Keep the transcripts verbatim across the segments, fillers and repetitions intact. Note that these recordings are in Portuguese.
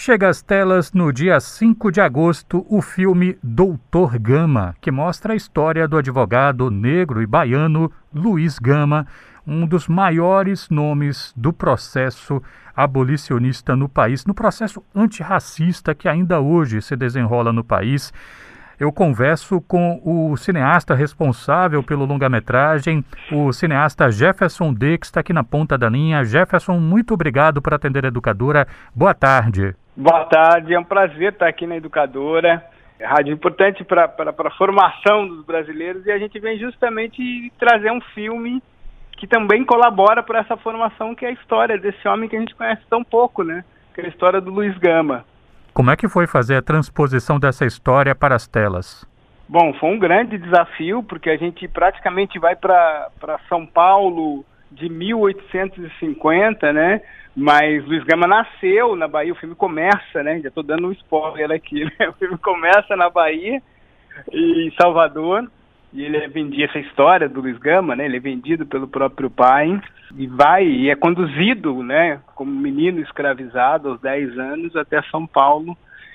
Chega às telas no dia cinco de agosto o filme Doutor Gama, que mostra a história do advogado negro e baiano Luiz Gama, um dos maiores nomes do processo abolicionista no país, no processo antirracista que ainda hoje se desenrola no país. Eu converso com o cineasta responsável pelo longa-metragem, o cineasta Jefferson D, que está aqui na ponta da linha. Jefferson, muito obrigado por atender a Educadora. Boa tarde. Boa tarde, é um prazer estar aqui na Educadora. É rádio importante para a formação dos brasileiros e a gente vem justamente trazer um filme que também colabora para essa formação, que é a história desse homem que a gente conhece tão pouco, né? Que é a história do Luiz Gama. Como é que foi fazer a transposição dessa história para as telas? Bom, foi um grande desafio, porque a gente praticamente vai para São Paulo de mil oitocentos e cinquenta, né? Mas Luiz Gama nasceu na Bahia, o filme começa, né? Já estou dando um spoiler aqui, né? O filme começa na Bahia, em Salvador, e ele vendia essa história do Luiz Gama, né? Ele é vendido pelo próprio pai e vai e é conduzido, né, como menino escravizado aos dez anos até São Paulo.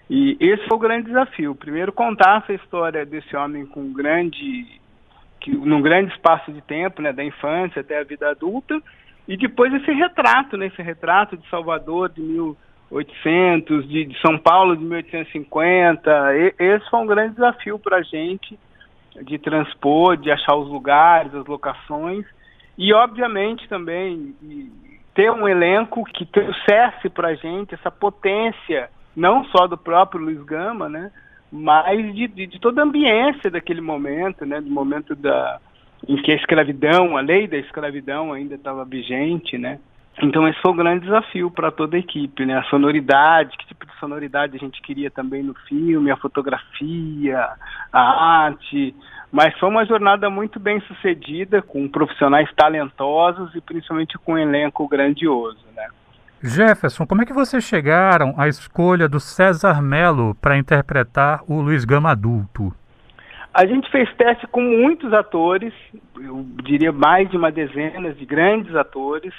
E esse foi o grande desafio. Primeiro, contar essa história desse homem com um grande, que, num grande espaço de tempo, né, da infância até a vida adulta, e depois esse retrato, né, esse retrato de Salvador de mil e oitocentos, de, de São Paulo de mil oitocentos e cinquenta. E, esse foi um grande desafio para a gente, de transpor, de achar os lugares, as locações, e obviamente também ter um elenco que trouxesse para a gente essa potência, não só do próprio Luiz Gama, né, mas de, de, de toda a ambiência daquele momento, né, do momento da, em que a escravidão, a lei da escravidão ainda estava vigente, né. Então esse foi um grande desafio para toda a equipe, né? A sonoridade, que tipo de sonoridade a gente queria também no filme, a fotografia, a arte, mas foi uma jornada muito bem sucedida, com profissionais talentosos e principalmente com um elenco grandioso, né? Jefferson, como é que vocês chegaram à escolha do César Mello para interpretar o Luiz Gama adulto? A gente fez teste com muitos atores, eu diria mais de uma dezena de grandes atores,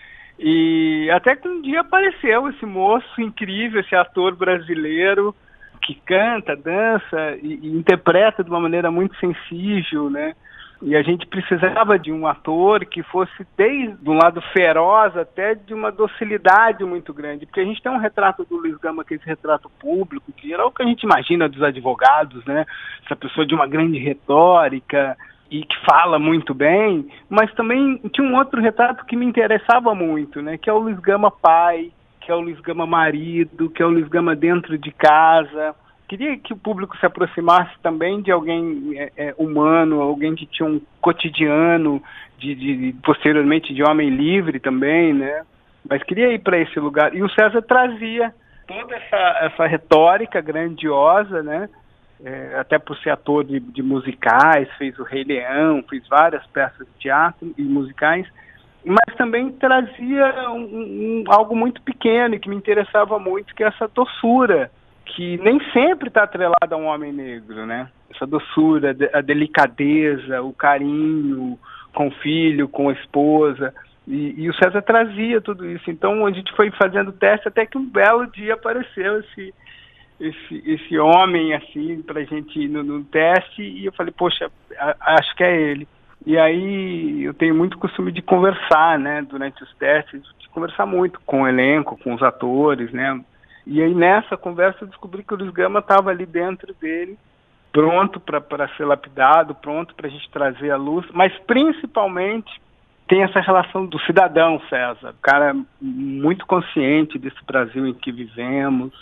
e até que um dia apareceu esse moço incrível, esse ator brasileiro que canta, dança e, e interpreta de uma maneira muito sensível, né? E a gente precisava de um ator que fosse desde um lado feroz até de uma docilidade muito grande, porque a gente tem um retrato do Luiz Gama, que é esse retrato público, que era o que a gente imagina dos advogados, né? Essa pessoa de uma grande retórica e que fala muito bem, mas também tinha um outro retrato que me interessava muito, né? Que é o Luiz Gama pai, que é o Luiz Gama marido, que é o Luiz Gama dentro de casa. Queria que o público se aproximasse também de alguém é, é, humano, alguém que tinha um cotidiano, de, de, posteriormente de homem livre também, né? Mas queria ir para esse lugar. E o César trazia toda essa, essa retórica grandiosa, né? É, até por ser ator de, de musicais, fez o Rei Leão, fez várias peças de teatro e musicais, mas também trazia um, um, algo muito pequeno e que me interessava muito, que é essa doçura, que nem sempre está atrelada a um homem negro, né? Essa doçura, a delicadeza, o carinho com o filho, com a esposa, e, e o César trazia tudo isso. Então a gente foi fazendo teste até que um belo dia apareceu esse Esse, esse homem, assim, pra gente ir no, no teste, e eu falei, poxa, a, acho que é ele. E aí eu tenho muito costume de conversar, né, durante os testes, de conversar muito com o elenco, com os atores, né, e aí nessa conversa eu descobri que o Luiz Gama estava ali dentro dele, pronto para ser lapidado, pronto para a gente trazer à luz, mas principalmente tem essa relação do cidadão, César, o cara muito consciente desse Brasil em que vivemos,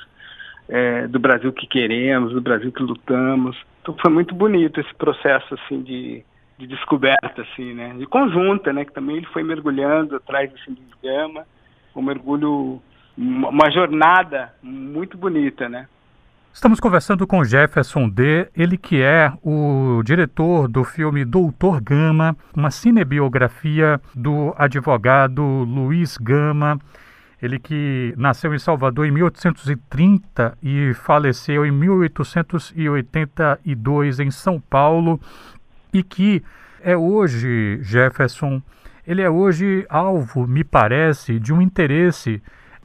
É, do Brasil que queremos, do Brasil que lutamos. Então foi muito bonito esse processo assim de, de descoberta, assim, né? De conjunta, né? Que também ele foi mergulhando atrás desse Luiz Gama, um mergulho, uma jornada muito bonita, né? Estamos conversando com Jefferson D, ele que é o diretor do filme Doutor Gama, uma cinebiografia do advogado Luiz Gama. Ele que nasceu em Salvador em mil oitocentos e trinta e faleceu em mil oitocentos e oitenta e dois em São Paulo, e que é hoje, Jefferson, ele é hoje alvo, me parece, de um interesse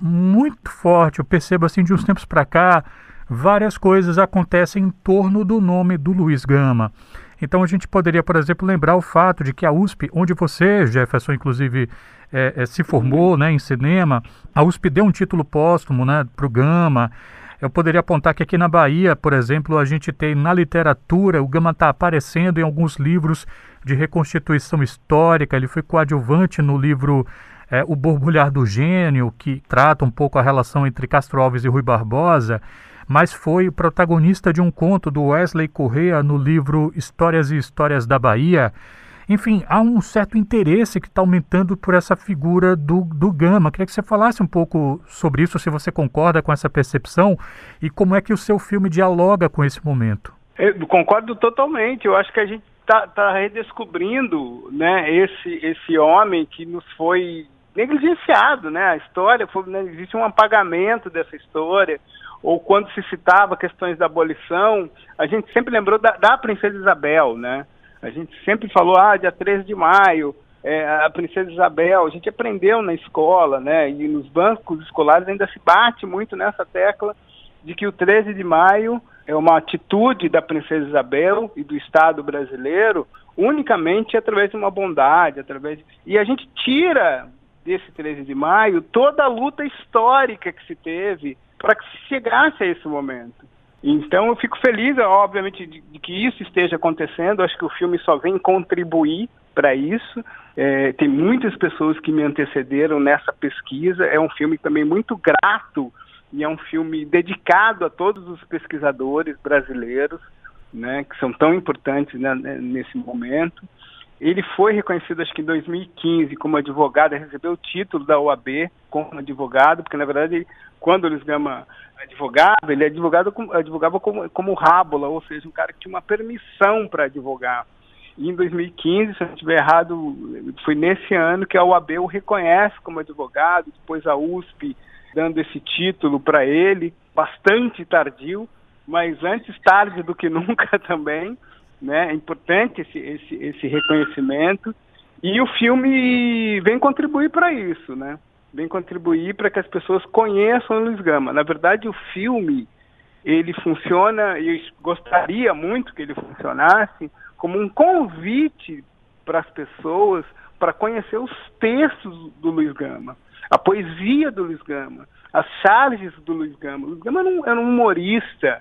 muito forte. Eu percebo assim, de uns tempos para cá, várias coisas acontecem em torno do nome do Luiz Gama. Então a gente poderia, por exemplo, lembrar o fato de que a U S P, onde você, Jefferson, inclusive é, é, se formou, né, em cinema, a U S P deu um título póstumo, né, para o Gama. Eu poderia apontar que aqui na Bahia, por exemplo, a gente tem na literatura, o Gama está aparecendo em alguns livros de reconstituição histórica. Ele foi coadjuvante no livro é, O Borbulhar do Gênio, que trata um pouco a relação entre Castro Alves e Rui Barbosa, mas foi o protagonista de um conto do Wesley Correa no livro Histórias e Histórias da Bahia. Enfim, há um certo interesse que está aumentando por essa figura do, do Gama. Queria que você falasse um pouco sobre isso, se você concorda com essa percepção e como é que o seu filme dialoga com esse momento. Eu concordo totalmente. Eu acho que a gente está tá redescobrindo, né, esse, esse homem que nos foi negligenciado, né? A história, foi, né, existe um apagamento dessa história. Ou quando se citava questões da abolição, a gente sempre lembrou da, da Princesa Isabel, né? A gente sempre falou, ah, dia treze de maio, é, a Princesa Isabel. A gente aprendeu na escola, né? E nos bancos escolares ainda se bate muito nessa tecla de que o treze de maio é uma atitude da Princesa Isabel e do Estado brasileiro unicamente através de uma bondade, através de... E a gente tira desse treze de maio toda a luta histórica que se teve para que se chegasse a esse momento. Então eu fico feliz, obviamente, de, de que isso esteja acontecendo. Acho que o filme só vem contribuir para isso. É, tem muitas pessoas que me antecederam nessa pesquisa. É um filme também muito grato e é um filme dedicado a todos os pesquisadores brasileiros, né, que são tão importantes, né, nesse momento. Ele foi reconhecido, acho que em dois mil e quinze, como advogado, recebeu o título da O A B como advogado, porque, na verdade, quando o Luiz Gama advogava, ele advogado, advogava como, como rábula, ou seja, um cara que tinha uma permissão para advogar. E em dois mil e quinze, se eu não estiver errado, foi nesse ano que a O A B o reconhece como advogado, depois a U S P dando esse título para ele, bastante tardio, mas antes tarde do que nunca também. Né? É importante esse, esse, esse reconhecimento, e o filme vem contribuir para isso, né? Vem contribuir para que as pessoas conheçam o Luiz Gama. Na verdade, o filme, ele funciona, e eu gostaria muito que ele funcionasse, como um convite para as pessoas para conhecer os textos do Luiz Gama, a poesia do Luiz Gama, as charges do Luiz Gama. O Luiz Gama era um, era um humorista,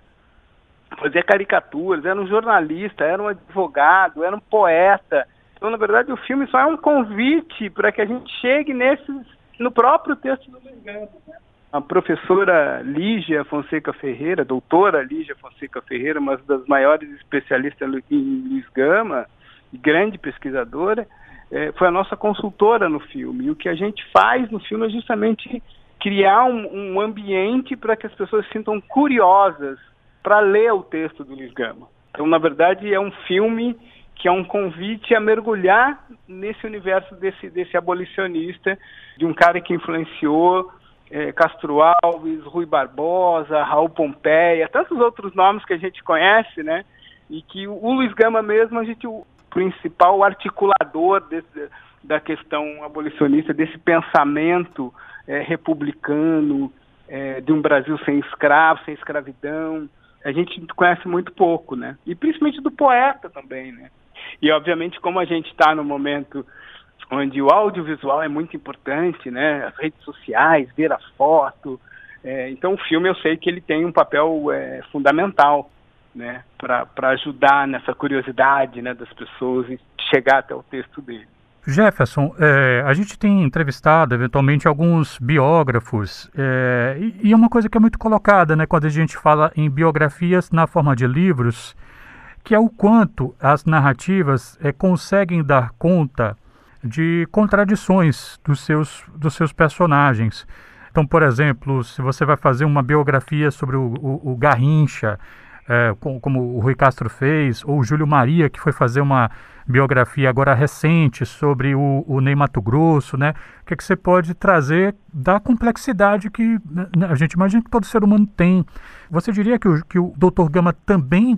fazia caricaturas, era um jornalista, era um advogado, era um poeta. Então, na verdade, o filme só é um convite para que a gente chegue nesses, no próprio texto do Luiz Gama. A professora Lígia Fonseca Ferreira, doutora Lígia Fonseca Ferreira, uma das maiores especialistas em Luiz Gama, grande pesquisadora, é, foi a nossa consultora no filme. E o que a gente faz no filme é justamente criar um, um ambiente para que as pessoas se sintam curiosas para ler o texto do Luiz Gama. Então, na verdade, é um filme que é um convite a mergulhar nesse universo desse, desse abolicionista, de um cara que influenciou é, Castro Alves, Rui Barbosa, Raul Pompeia, tantos outros nomes que a gente conhece, né? E que o, o Luiz Gama mesmo, a gente, o principal articulador desse, da questão abolicionista, desse pensamento é, republicano, é, de um Brasil sem escravos, sem escravidão, a gente conhece muito pouco, né? E principalmente do poeta também, né? E, obviamente, como a gente está no momento onde o audiovisual é muito importante, né? As redes sociais, ver a foto. É, então, o filme, eu sei que ele tem um papel é, fundamental, né? Para ajudar nessa curiosidade, né, das pessoas e chegar até o texto dele. Jefferson, é, a gente tem entrevistado, eventualmente, alguns biógrafos, é, e, e é uma coisa que é muito colocada, né, quando a gente fala em biografias na forma de livros, que é o quanto as narrativas é, conseguem dar conta de contradições dos seus, dos seus personagens. Então, por exemplo, se você vai fazer uma biografia sobre o, o, o Garrincha, É, como, como o Rui Castro fez, ou o Júlio Maria, que foi fazer uma biografia agora recente sobre o, o Ney Matogrosso, né? O que, é que você pode trazer da complexidade que, né, a gente imagina que todo ser humano tem. Você diria que o, que o doutor Gama também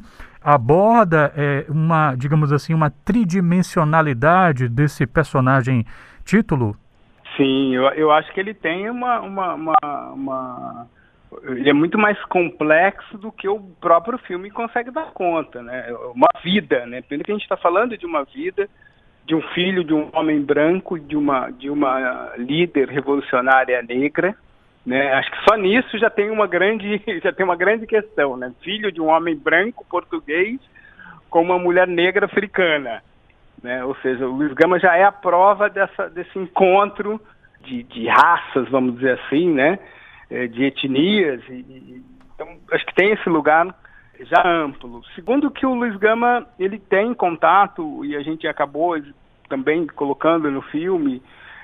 aborda é, uma, digamos assim, uma tridimensionalidade desse personagem título? Sim, eu, eu acho que ele tem uma, uma, uma, uma... Ele é muito mais complexo do que o próprio filme consegue dar conta, né? Uma vida, né? Pelo que a gente está falando de uma vida, de um filho de um homem branco, de uma, de uma líder revolucionária negra, né? Acho que só nisso já tem uma grande, já tem uma grande questão, né? Filho de um homem branco português com uma mulher negra africana, né? Ou seja, o Luiz Gama já é a prova dessa, desse encontro de, de raças, vamos dizer assim, né? De etnias, e, e, então acho que tem esse lugar já amplo. Segundo que o Luiz Gama, ele tem contato, e a gente acabou também colocando no filme,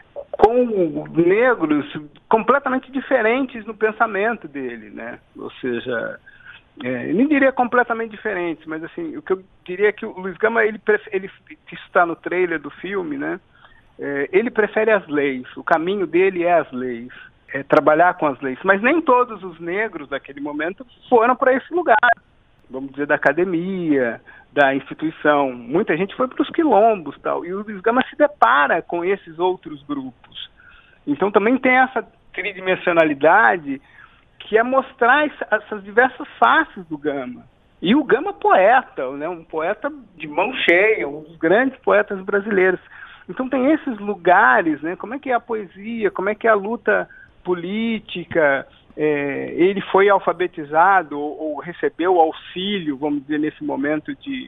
com negros completamente diferentes no pensamento dele, né? Ou seja, é, eu nem diria completamente diferentes, mas assim, o que eu diria é que o Luiz Gama, ele, ele que está no trailer do filme, né? É, ele prefere as leis, o caminho dele é as leis. É, trabalhar com as leis, mas nem todos os negros daquele momento foram para esse lugar, vamos dizer, da academia, da instituição. Muita gente foi para os quilombos, tal, e o Luiz Gama se depara com esses outros grupos. Então também tem essa tridimensionalidade que é mostrar essas diversas faces do Gama. E o Gama poeta, né, um poeta de mão cheia, um dos grandes poetas brasileiros. Então tem esses lugares, né, como é que é a poesia, como é que é a luta política, é, ele foi alfabetizado ou, ou recebeu auxílio, vamos dizer, nesse momento de,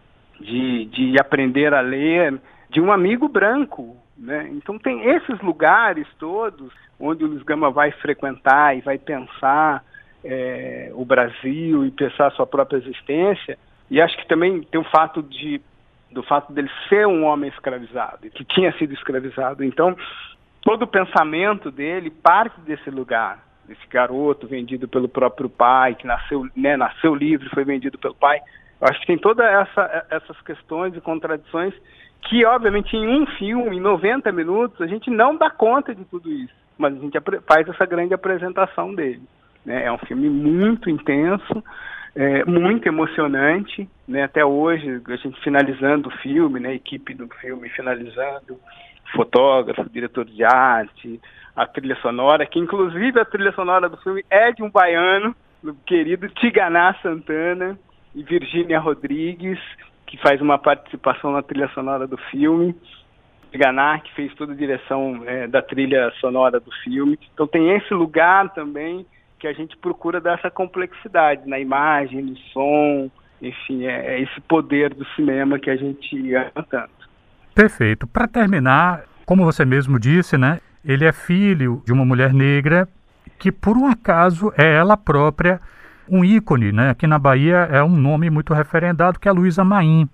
de, de aprender a ler, de um amigo branco, né? Então tem esses lugares todos onde o Luiz Gama vai frequentar e vai pensar é, o Brasil e pensar a sua própria existência, e acho que também tem o fato de, do fato dele ser um homem escravizado, que tinha sido escravizado, então todo o pensamento dele parte desse lugar, desse garoto vendido pelo próprio pai, que nasceu, né, nasceu livre, foi vendido pelo pai. Eu acho que tem todas essa, essas questões e contradições que, obviamente, em um filme, em noventa minutos, a gente não dá conta de tudo isso, mas a gente faz essa grande apresentação dele, né? É um filme muito intenso, é, muito emocionante, né? Até hoje, a gente finalizando o filme, né, a equipe do filme finalizando, fotógrafo, diretor de arte, a trilha sonora, que inclusive a trilha sonora do filme é de um baiano, do querido Tiganá Santana e Virgínia Rodrigues, que faz uma participação na trilha sonora do filme. Tiganá, que fez toda a direção é, da trilha sonora do filme. Então tem esse lugar também que a gente procura dar essa complexidade na imagem, no som, enfim, é, é esse poder do cinema que a gente ama tanto. Perfeito. Para terminar, como você mesmo disse, né, ele é filho de uma mulher negra que, por um acaso, é ela própria um ícone, né? Aqui na Bahia é um nome muito referendado, que é a Luísa Maim.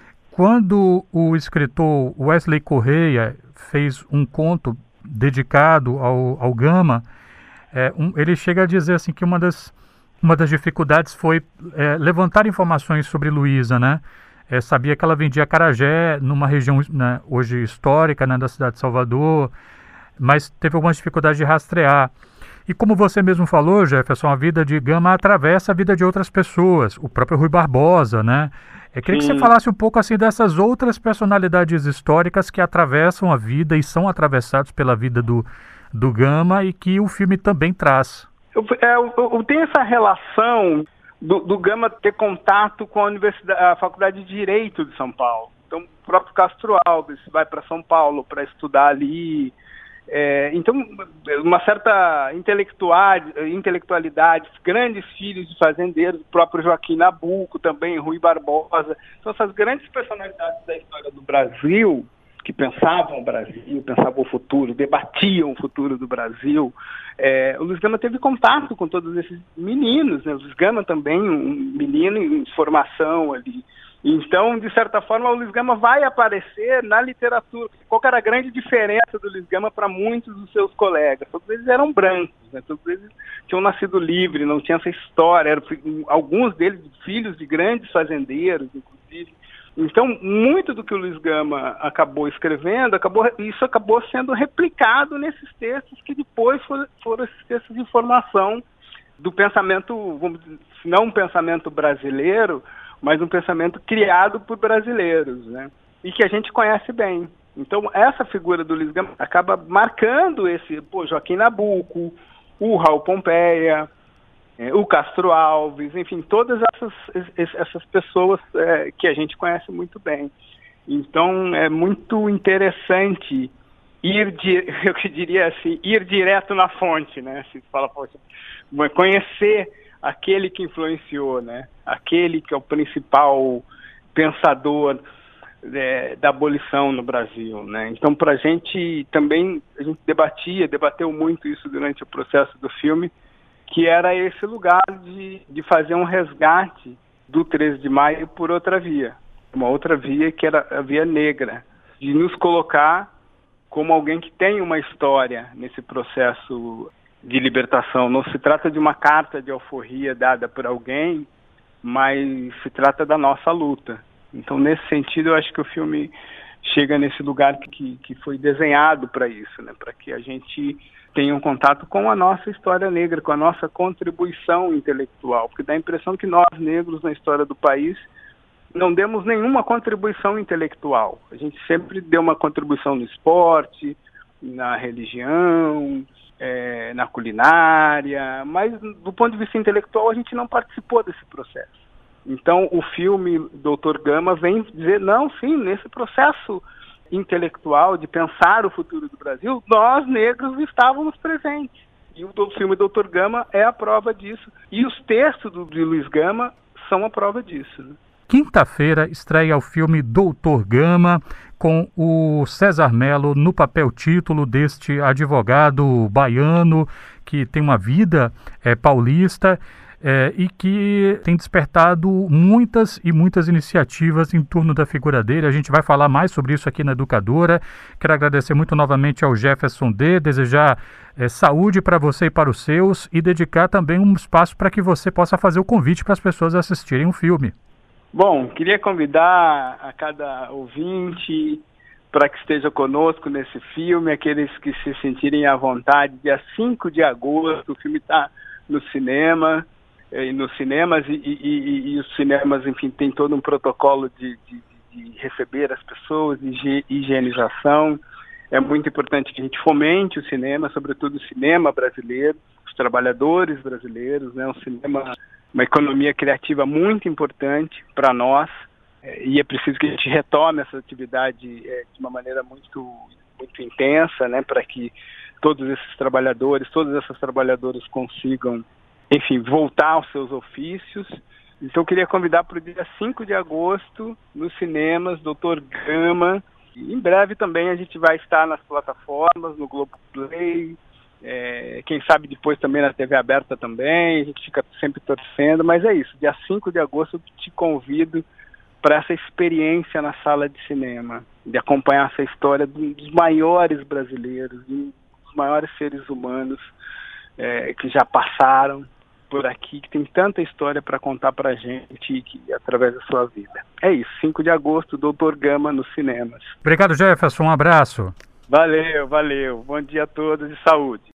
Quando o escritor Wesley Correia fez um conto dedicado ao, ao Gama, é, um, ele chega a dizer assim, que uma das, uma das dificuldades foi é, levantar informações sobre Luísa, né? É, sabia que ela vendia acarajé numa região, né, hoje histórica, né, da cidade de Salvador, mas teve algumas dificuldades de rastrear. E como você mesmo falou, Jefferson, a vida de Gama atravessa a vida de outras pessoas, o próprio Rui Barbosa, né? Eu queria Sim. que você falasse um pouco assim dessas outras personalidades históricas que atravessam a vida e são atravessados pela vida do, do Gama e que o filme também traz. Eu, eu, eu tenho essa relação Do, do Gama ter contato com a, universidade, a Faculdade de Direito de São Paulo. Então, o próprio Castro Alves vai para São Paulo para estudar ali. É, então, uma certa intelectualidade, intelectualidade, grandes filhos de fazendeiros, o próprio Joaquim Nabuco também, Rui Barbosa. Então, essas grandes personalidades da história do Brasil, que pensavam o Brasil, pensavam o futuro, debatiam o futuro do Brasil. É, o Luiz Gama teve contato com todos esses meninos, né? O Luiz Gama também, um menino em formação ali. Então, de certa forma, o Luiz Gama vai aparecer na literatura. Qual era a grande diferença do Luiz Gama para muitos dos seus colegas? Todos eles eram brancos, né? Todos eles tinham nascido livre, não tinham essa história. Eram, alguns deles filhos de grandes fazendeiros, inclusive. Então, muito do que o Luiz Gama acabou escrevendo, acabou, isso acabou sendo replicado nesses textos que depois foram, foram esses textos de formação do pensamento, vamos dizer, não um pensamento brasileiro, mas um pensamento criado por brasileiros, né? E que a gente conhece bem. Então, essa figura do Luiz Gama acaba marcando esse, pô, Joaquim Nabuco, o Raul Pompeia, é, o Castro Alves, enfim, todas essas, essas pessoas é, que a gente conhece muito bem. Então, é muito interessante ir, di- eu que diria assim, ir direto na fonte, né? Se fala, poxa, conhecer aquele que influenciou, né? Aquele que é o principal pensador É, da abolição no Brasil, né? Então, para a gente também, a gente debatia, debateu muito isso durante o processo do filme, que era esse lugar de, de fazer um resgate do treze de maio por outra via, uma outra via que era a via negra, de nos colocar como alguém que tem uma história nesse processo de libertação. Não se trata de uma carta de alforria dada por alguém, mas se trata da nossa luta. Então, nesse sentido, eu acho que o filme chega nesse lugar que, que foi desenhado para isso, né? Para que a gente tenha um contato com a nossa história negra, com a nossa contribuição intelectual, porque dá a impressão que nós, negros, na história do país, não demos nenhuma contribuição intelectual. A gente sempre deu uma contribuição no esporte, na religião, é, na culinária, mas do ponto de vista intelectual a gente não participou desse processo. Então, o filme Doutor Gama vem dizer, não, sim, nesse processo intelectual de pensar o futuro do Brasil, nós, negros, estávamos presentes. E o filme Doutor Gama é a prova disso. E os textos do, de Luiz Gama são a prova disso, né? Quinta-feira estreia o filme Doutor Gama, com o César Mello no papel título deste advogado baiano que tem uma vida é, paulista, É, e que tem despertado muitas e muitas iniciativas em torno da figura dele. A gente vai falar mais sobre isso aqui na Educadora. Quero agradecer muito novamente ao Jefferson D., desejar é, saúde para você e para os seus, e dedicar também um espaço para que você possa fazer o convite para as pessoas assistirem o filme. Bom, queria convidar a cada ouvinte para que esteja conosco nesse filme, aqueles que se sentirem à vontade. Dia cinco de agosto, o filme está no cinema, e nos cinemas, e, e, e, e os cinemas, enfim, tem todo um protocolo de, de, de receber as pessoas, de higienização. É muito importante que a gente fomente o cinema, sobretudo o cinema brasileiro, os trabalhadores brasileiros, né? Um cinema, uma economia criativa muito importante para nós, é, e é preciso que a gente retome essa atividade é, de uma maneira muito, muito intensa, né? Para que todos esses trabalhadores, todas essas trabalhadoras consigam, enfim, voltar aos seus ofícios. Então, eu queria convidar para o dia cinco de agosto, nos cinemas, Doutor Gama. E em breve também a gente vai estar nas plataformas, no Globoplay, é, quem sabe depois também na T V aberta também. A gente fica sempre torcendo, mas é isso. Dia cinco de agosto eu te convido para essa experiência na sala de cinema, de acompanhar essa história dos maiores brasileiros, dos maiores seres humanos é, que já passaram por aqui, que tem tanta história para contar para a gente que, através da sua vida. É isso, cinco de agosto, Doutor Gama nos cinemas. Obrigado, Jefferson, um abraço. Valeu, valeu. Bom dia a todos e saúde.